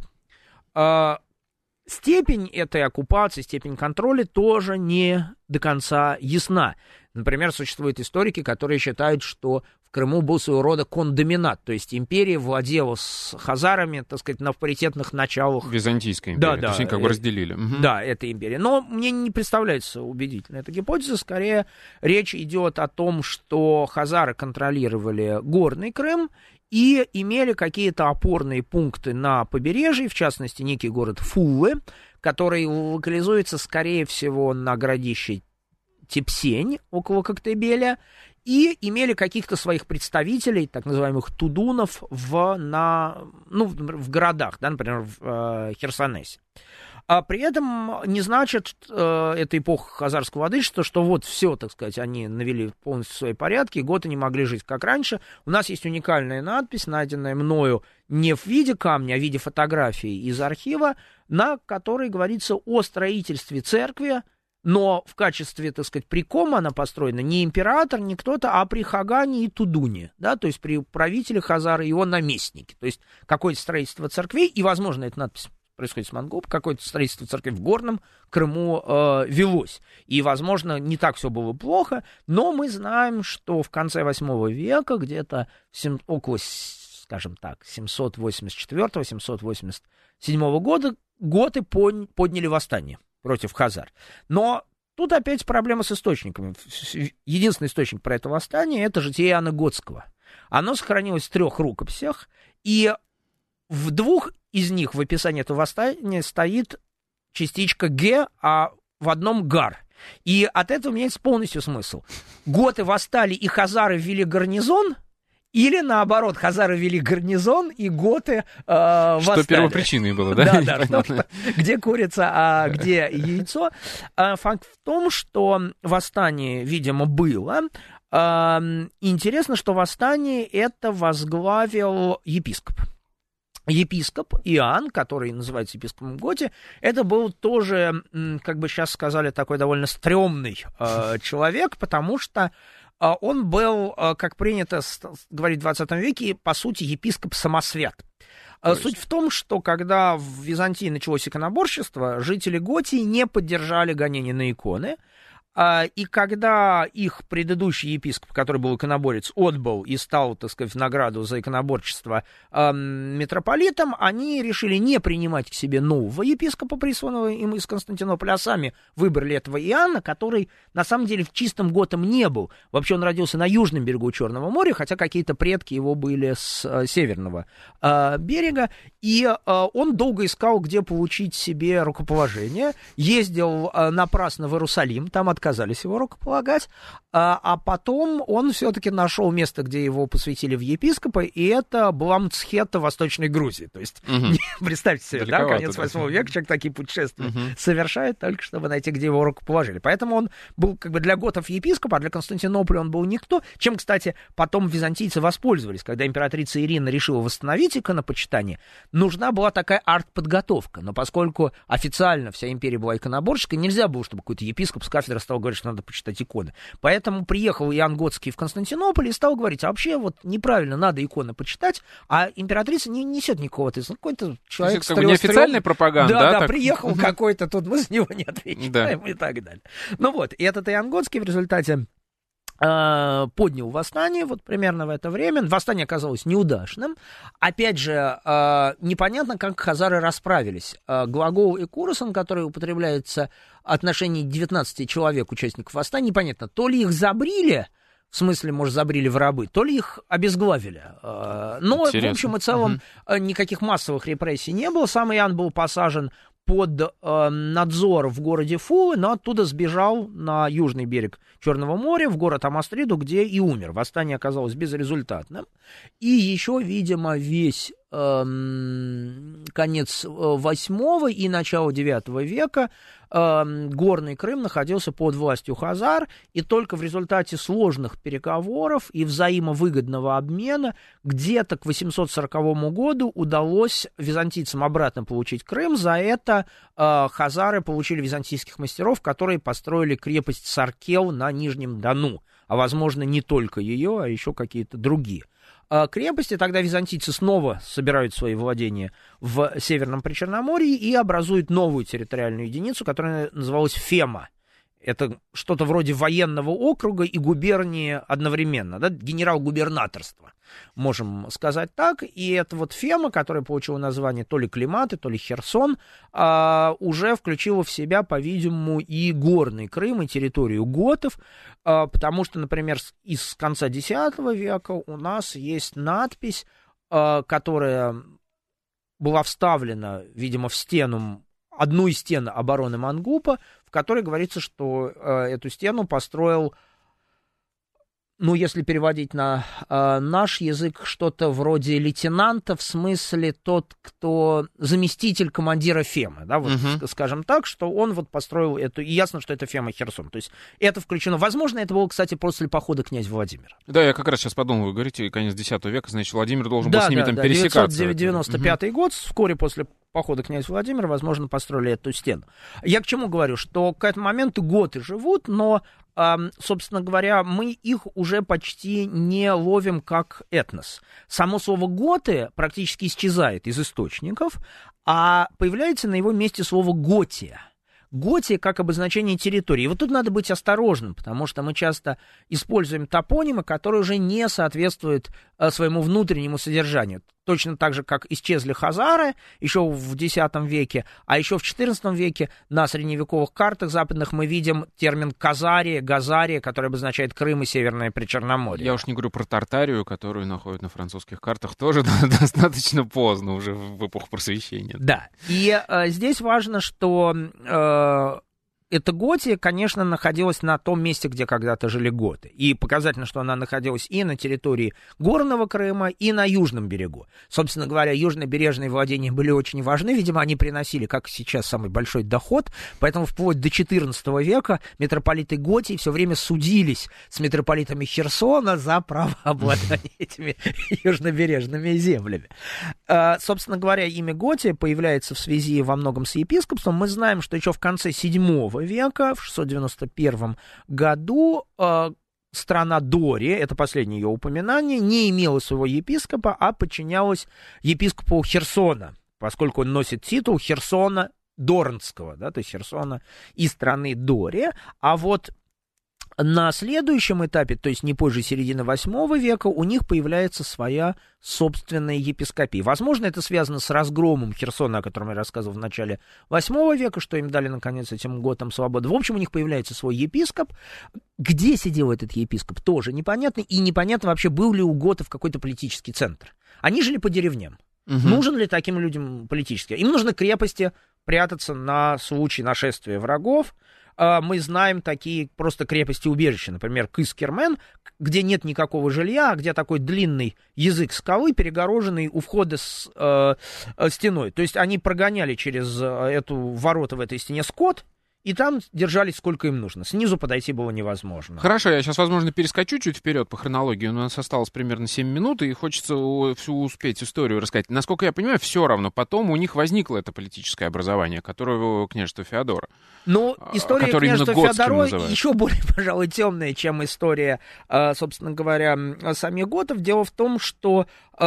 Степень этой оккупации, степень контроля тоже не до конца ясна. Например, существуют историки, которые считают, что в Крыму был своего рода кондоминат, то есть империя владела с хазарами, так сказать, на паритетных началах.
Византийская империя, то есть они как бы разделили.
Да, это империя. Но мне не представляется убедительной эта гипотеза. Скорее, речь идет о том, что хазары контролировали горный Крым и имели какие-то опорные пункты на побережье, в частности, некий город Фуллы, который локализуется, скорее всего, на городище Тепсень, около Коктебеля, и имели каких-то своих представителей, так называемых тудунов, в городах, да, например, в Херсонесе. А при этом не значит эта эпоха хазарского владычества, что вот все, так сказать, они навели полностью свои порядки, и готы не могли жить как раньше. У нас есть уникальная надпись, найденная мною не в виде камня, а в виде фотографии из архива, на которой говорится о строительстве церкви, но в качестве, так сказать, прикома она построена не император, не кто-то, а при Хагане и Тудуне, да, то есть при правителе Хазары и его наместнике. То есть какое-то строительство церквей, и, возможно, эта надпись происходит с Мангуба, какое-то строительство церкви в Горном Крыму велось. И, возможно, не так все было плохо, но мы знаем, что в конце VIII века, где-то около, скажем так, 784-787 года, готы подняли восстание против хазар. Но тут опять проблема с источниками. Единственный источник про это восстание — это житие Иоанна Готского. Оно сохранилось в 3 рукописях, и в 2 из них в описании этого восстания стоит частичка «ге», а в одном «гар». И от этого меняется полностью смысл. Готы восстали, и хазары ввели гарнизон, или наоборот, хазары ввели гарнизон, и готы восстали.
Что первопричиной было, да?
Да, где курица, а где яйцо. Факт в том, что восстание, видимо, было. Интересно, что восстание это возглавил епископ. Епископ Иоанн, который называется епископом Готи, это был тоже, как бы сейчас сказали, такой довольно стрёмный человек, потому что он был, как принято говорить в 20 веке, по сути, епископ-самосвят. Суть в том, что когда в Византии началось иконоборчество, жители Готии не поддержали гонения на иконы, и когда их предыдущий епископ, который был иконоборец, отбыл и стал, так сказать, в награду за иконоборчество митрополитом, они решили не принимать к себе нового епископа, присланного им из Константинополя, а сами выбрали этого Иоанна, который на самом деле в чистом готом не был. Вообще он родился на южном берегу Черного моря, хотя какие-то предки его были с северного берега, и он долго искал, где получить себе рукоположение, ездил напрасно в Иерусалим, там отказались его рукополагать, а потом он все-таки нашел место, где его посвятили в епископа, и это была Мцхета Восточной Грузии. То есть, представьте себе, да, конец 8 века, человек такие путешествия совершает, только чтобы найти, где его рукоположили. Поэтому он был как бы для готов епископ, а для Константинополя он был никто, чем, кстати, потом византийцы воспользовались. Когда императрица Ирина решила восстановить иконопочитание, нужна была такая артподготовка, но поскольку официально вся империя была иконоборческой, нельзя было, чтобы какой-то епископ с кафедры стал говорить, что надо почитать иконы. Поэтому приехал Иоанн Готский в Константинополь и стал говорить, а вообще вот неправильно, надо иконы почитать, а императрица не несет никакого ответственности. Какой-то человек...
Это как бы неофициальная пропаганда,
да?
Да,
приехал какой-то, тут мы с него не отвечаем и так далее. Ну вот, и этот Иоанн Готский в результате поднял восстание, вот примерно в это время. Восстание оказалось неудачным. Опять же, непонятно, как хазары расправились. Глагол «экуросон», который употребляется в отношении 19 человек, участников восстания, непонятно, то ли их забрили, в смысле, может, забрили в рабы, то ли их обезглавили. Но, интересно. В общем и целом, никаких массовых репрессий не было. Сам Иоанн был посажен под надзор в городе Фулы, но оттуда сбежал на южный берег Черного моря, в город Амастриду, где и умер. Восстание оказалось безрезультатным. И еще, видимо, весь конец VIII и начало IX века Горный Крым находился под властью хазар, и только в результате сложных переговоров и взаимовыгодного обмена где-то к 840 году удалось византийцам обратно получить Крым. За это хазары получили византийских мастеров, которые построили крепость Саркел на Нижнем Дону, а возможно не только ее, а еще какие-то другие крепости. Тогда византийцы снова собирают свои владения в Северном Причерноморье и образуют новую территориальную единицу, которая называлась Фема. Это что-то вроде военного округа и губернии одновременно, да, генерал-губернаторство, можем сказать так. И это вот Фема, которая получила название то ли Климаты, то ли Херсон, уже включила в себя, по-видимому, и Горный Крым, и территорию готов, потому что, например, из конца X века у нас есть надпись, которая была вставлена, видимо, в стену, одну из стен обороны Мангупа, в которой говорится, что эту стену построил ну, если переводить на наш язык, что-то вроде лейтенанта, в смысле тот, кто заместитель командира Фемы, да, вот, скажем так, что он вот построил эту, и ясно, что это Фема Херсон, то есть это включено, возможно, это было, кстати, после похода князя Владимира.
Да, я как раз сейчас подумал, вы говорите, конец X века, значит, Владимир должен был с ними там пересекаться.
995 год, вскоре после похода князя Владимира, возможно, построили эту стену. Я к чему говорю, что к этому моменту готы живут, но, собственно говоря, мы их уже почти не ловим как этнос. Само слово «готы» практически исчезает из источников, а появляется на его месте слово «готия». Готия как обозначение территории. И вот тут надо быть осторожным, потому что мы часто используем топонимы, которые уже не соответствуют своему внутреннему содержанию. Точно так же, как исчезли хазары еще в X веке, а еще в XIV веке на средневековых картах западных мы видим термин «казария», «газария», который обозначает Крым и Северное Причерноморье.
Я уж не говорю про Тартарию, которую находят на французских картах тоже достаточно поздно, уже в эпоху Просвещения.
Да, и здесь важно, что эта Готия, конечно, находилась на том месте, где когда-то жили готы. И показательно, что она находилась и на территории Горного Крыма, и на южном берегу. Собственно говоря, южнобережные владения были очень важны. Видимо, они приносили, как сейчас, самый большой доход. Поэтому вплоть до XIV века митрополиты Готии все время судились с митрополитами Херсона за право обладания этими южнобережными землями. Собственно говоря, имя Готия появляется в связи во многом с епископством. Мы знаем, что еще в конце VII века, в 691 году, страна Дори, это последнее ее упоминание, не имела своего епископа, а подчинялась епископу Херсона, поскольку он носит титул Херсона Дорнского, да, то есть Херсона из страны Дори. А вот на следующем этапе, то есть не позже середины VIII века, у них появляется своя собственная епископия. Возможно, это связано с разгромом Херсона, о котором я рассказывал в начале VIII века, что им дали, наконец, этим готам свободу. В общем, у них появляется свой епископ. Где сидел этот епископ, тоже непонятно. И непонятно вообще, был ли у готов какой-то политический центр. Они жили по деревням. Нужен ли таким людям политический? Им нужны крепости, прятаться на случай нашествия врагов. Мы знаем такие просто крепости-убежища, например, Кыскермен, где нет никакого жилья, а где такой длинный язык скалы, перегороженный у входа с стеной. То есть они прогоняли через эту ворота в этой стене скот, и там держались сколько им нужно. Снизу подойти было невозможно.
Хорошо, я сейчас, возможно, перескочу чуть вперед по хронологии. У нас осталось примерно 7 минут, и хочется всю успеть историю рассказать. Насколько я понимаю, все равно потом у них возникло это политическое образование, которое княжество Феодора.
Ну, история княжества Феодора еще более, пожалуй, темная, чем история, собственно говоря, самих готов. Дело в том, что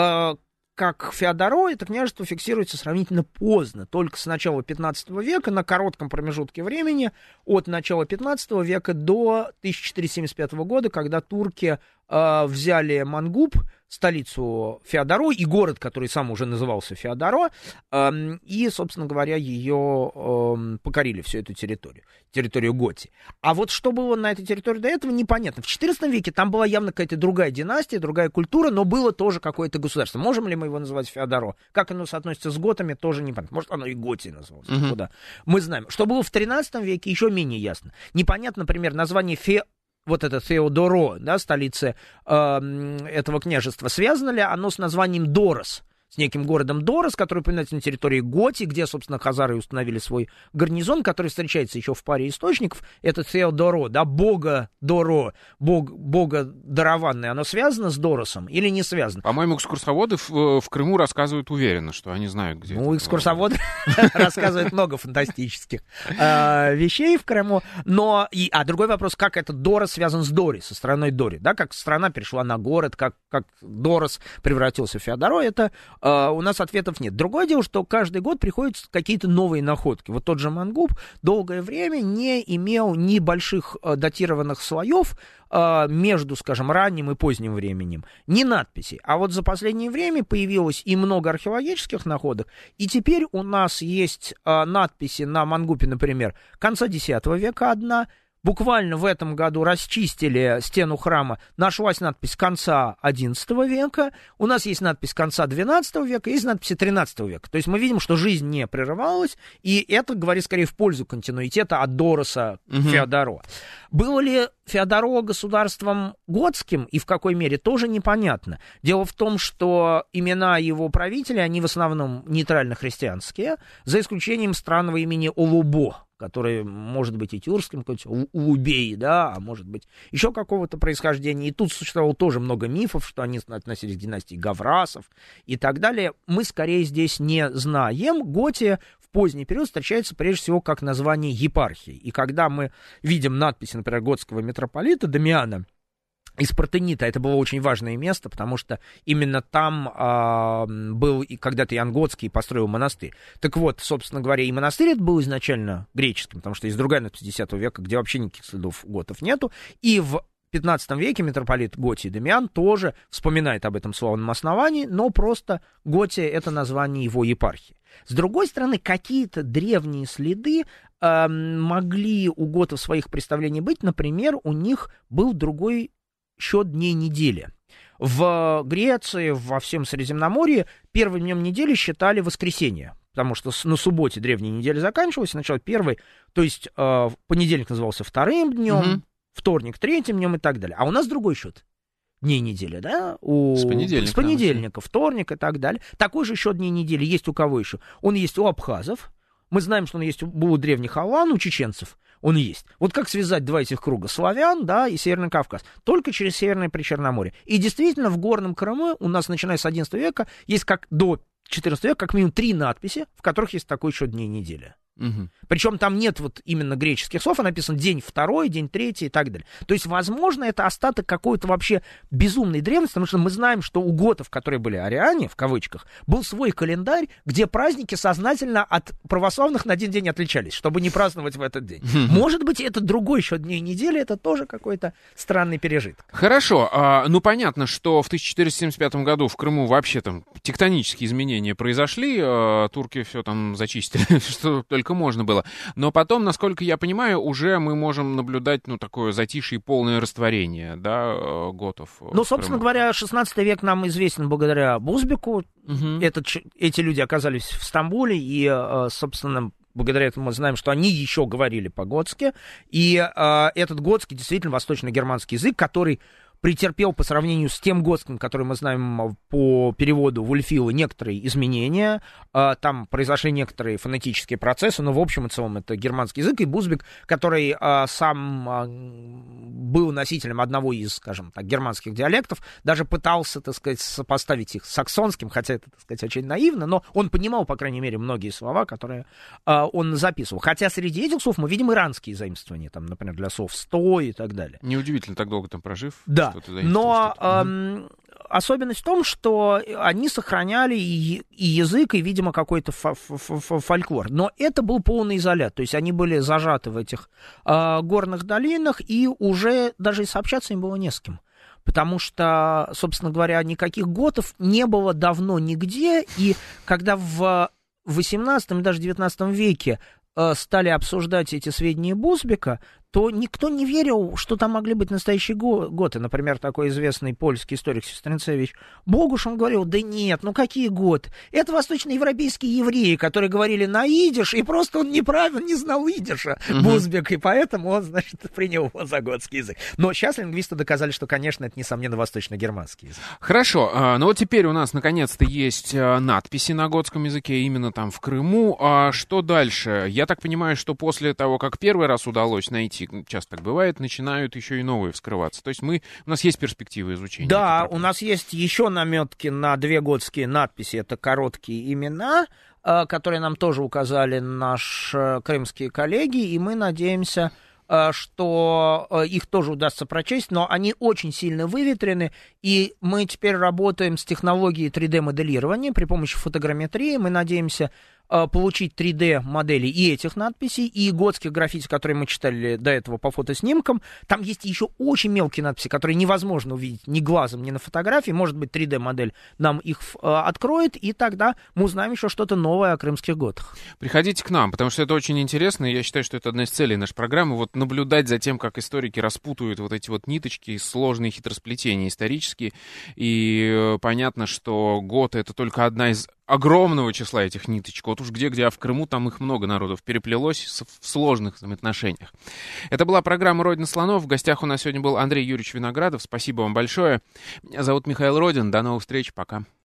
как Феодоро, это княжество фиксируется сравнительно поздно, только с начала 15 века, на коротком промежутке времени, от начала 15 века до 1475 года, когда турки взяли Мангуб, столицу Феодоро, и город, который сам уже назывался Феодоро, и, собственно говоря, ее покорили, всю эту территорию Готии. А вот что было на этой территории до этого, непонятно. В XIV веке там была явно какая-то другая династия, другая культура, но было тоже какое-то государство. Можем ли мы его называть Феодоро? Как оно соотносится с готами, тоже непонятно. Может, оно и Готией называлось. Куда? Мы знаем. Что было в XIII веке, еще менее ясно. Непонятно, например, название вот это Феодоро, да, столица этого княжества, связано ли оно с названием Дорос, с неким городом Дорос, который упоминается на территории Готии, где, собственно, хазары установили свой гарнизон, который встречается еще в паре источников. Это Феодоро, да, бога Доро, бога дарованный. Оно связано с Доросом или не связано?
По-моему, экскурсоводы в Крыму рассказывают уверенно, что они знают, где это.
Ну, экскурсоводы рассказывают много фантастических вещей в Крыму. Но, другой вопрос, как этот Дорос связан с Дори, со страной Дори, да, как страна перешла на город, как Дорос превратился в Феодоро, это у нас ответов нет. Другое дело, что каждый год приходят какие-то новые находки. Вот тот же Мангуб долгое время не имел ни больших датированных слоев между, скажем, ранним и поздним временем, ни надписей. А вот за последнее время появилось и много археологических находок, и теперь у нас есть надписи на Мангупе, например, конца X века одна, буквально в этом году расчистили стену храма, нашлась надпись конца XI века, у нас есть надпись конца XII века, есть надписи XIII века. То есть мы видим, что жизнь не прерывалась, и это говорит скорее в пользу континуитета от Дороса к Феодоро. Было ли Феодоро государством готским и в какой мере, тоже непонятно. Дело в том, что имена его правителей, они в основном нейтрально-христианские, за исключением странного имени Олубо, который может быть и тюркским, Улубей, да, а может быть еще какого-то происхождения. И тут существовало тоже много мифов, что они относились к династии Гаврасов и так далее. Мы скорее здесь не знаем. Готия в поздний период встречается прежде всего как название епархии. И когда мы видим надписи, например, готского митрополита Дамиана из Партенита, это было очень важное место, потому что именно там был и когда-то Иоанн Готский построил монастырь. Так вот, собственно говоря, и монастырь это был изначально греческим, потому что есть другая надпись X века, где вообще никаких следов готов нету. И в XV веке митрополит Готий Дамиан тоже вспоминает об этом славном основании, но просто Готия — это название его епархии. С другой стороны, какие-то древние следы могли у готов в своих представлениях быть. Например, у них был другой счет дней недели. В Греции, во всем Средиземноморье первым днем недели считали воскресенье, потому что на субботе древняя неделя заканчивалась, сначала первый, то есть понедельник назывался вторым днем, вторник третьим днем и так далее. А у нас другой счет дней недели, да? С понедельника, вторник и так далее. Такой же счет дней недели есть у кого еще? Он есть у абхазов. Мы знаем, что он есть у древних алан, у чеченцев. Он есть. Вот как связать два этих круга? Славян, да, и Северный Кавказ. Только через Северное Причерноморье. И действительно, в Горном Крыму у нас, начиная с XI века, есть как до XIV века, как минимум 3 надписи, в которых есть такой счет дней недели. Причем там нет вот именно греческих слов, а написано день второй, день третий и так далее. То есть, возможно, это остаток какой-то вообще безумной древности, потому что мы знаем, что у готов, которые были ариане, в кавычках, был свой календарь, где праздники сознательно от православных на один день отличались, чтобы не праздновать в этот день. Может быть, это другой счет дней недели, это тоже какой-то странный пережиток.
Хорошо. Ну, понятно, что в 1475 году в Крыму вообще там тектонические изменения произошли, турки все там зачистили, что только можно было. Но потом, насколько я понимаю, уже мы можем наблюдать, ну, такое затишье и полное растворение, да, готов.
Ну, собственно говоря, 16 век нам известен благодаря Бузбеку. Эти люди оказались в Стамбуле, и, собственно, благодаря этому мы знаем, что они еще говорили по-готски. И этот готский действительно восточно-германский язык, который претерпел по сравнению с тем готским, который мы знаем по переводу Вульфила, некоторые изменения. Там произошли некоторые фонетические процессы, но в общем и целом это германский язык. И Бузбек, который сам был носителем одного из, скажем так, германских диалектов, даже пытался, так сказать, сопоставить их с саксонским, хотя это, так сказать, очень наивно, но он понимал, по крайней мере, многие слова, которые он записывал. Хотя среди этих слов мы видим иранские заимствования, там, например, для слов «сто» и так далее.
Неудивительно, так долго там прожив.
Да, но особенность в том, что они сохраняли и язык, и, видимо, какой-то фольклор. Но это был полный изолят, то есть они были зажаты в этих горных долинах, и уже даже и сообщаться им было не с кем. Потому что, собственно говоря, никаких готов не было давно нигде, и когда в XVIII и даже XIX веке стали обсуждать эти сведения Бузбека, то никто не верил, что там могли быть настоящие готы. Например, такой известный польский историк Сестринцевич Богуш, он говорил, да нет, ну какие готы? Это восточноевропейские евреи, которые говорили на идиш, и просто он неправильно не знал идиша, Бузбек, и поэтому он, значит, принял его за готский язык. Но сейчас лингвисты доказали, что, конечно, это, несомненно, восточно-германский язык.
Хорошо, ну вот теперь у нас, наконец-то, есть надписи на готском языке, именно там в Крыму. А что дальше? Я так понимаю, что после того, как первый раз удалось найти, часто так бывает, начинают еще и новые вскрываться. То есть у нас есть перспективы изучения.
Да, у нас есть еще наметки на 2 готские надписи. Это короткие имена, которые нам тоже указали наши крымские коллеги, и мы надеемся, что их тоже удастся прочесть, но они очень сильно выветрены, и мы теперь работаем с технологией 3D-моделирования при помощи фотограмметрии. Мы надеемся получить 3D-модели и этих надписей, и готских граффити, которые мы читали до этого по фотоснимкам. Там есть еще очень мелкие надписи, которые невозможно увидеть ни глазом, ни на фотографии. Может быть, 3D-модель нам их откроет, и тогда мы узнаем еще что-то новое о крымских готах.
Приходите к нам, потому что это очень интересно, и я считаю, что это одна из целей нашей программы, вот наблюдать за тем, как историки распутывают вот эти вот ниточки, сложные хитросплетения исторические, и понятно, что готы — это только одна из огромного числа этих ниточек. Вот уж где, а в Крыму там их много народов переплелось в сложных взаимоотношениях. Это была программа «Родина слонов». В гостях у нас сегодня был Андрей Юрьевич Виноградов. Спасибо вам большое. Меня зовут Михаил Родин. До новых встреч. Пока.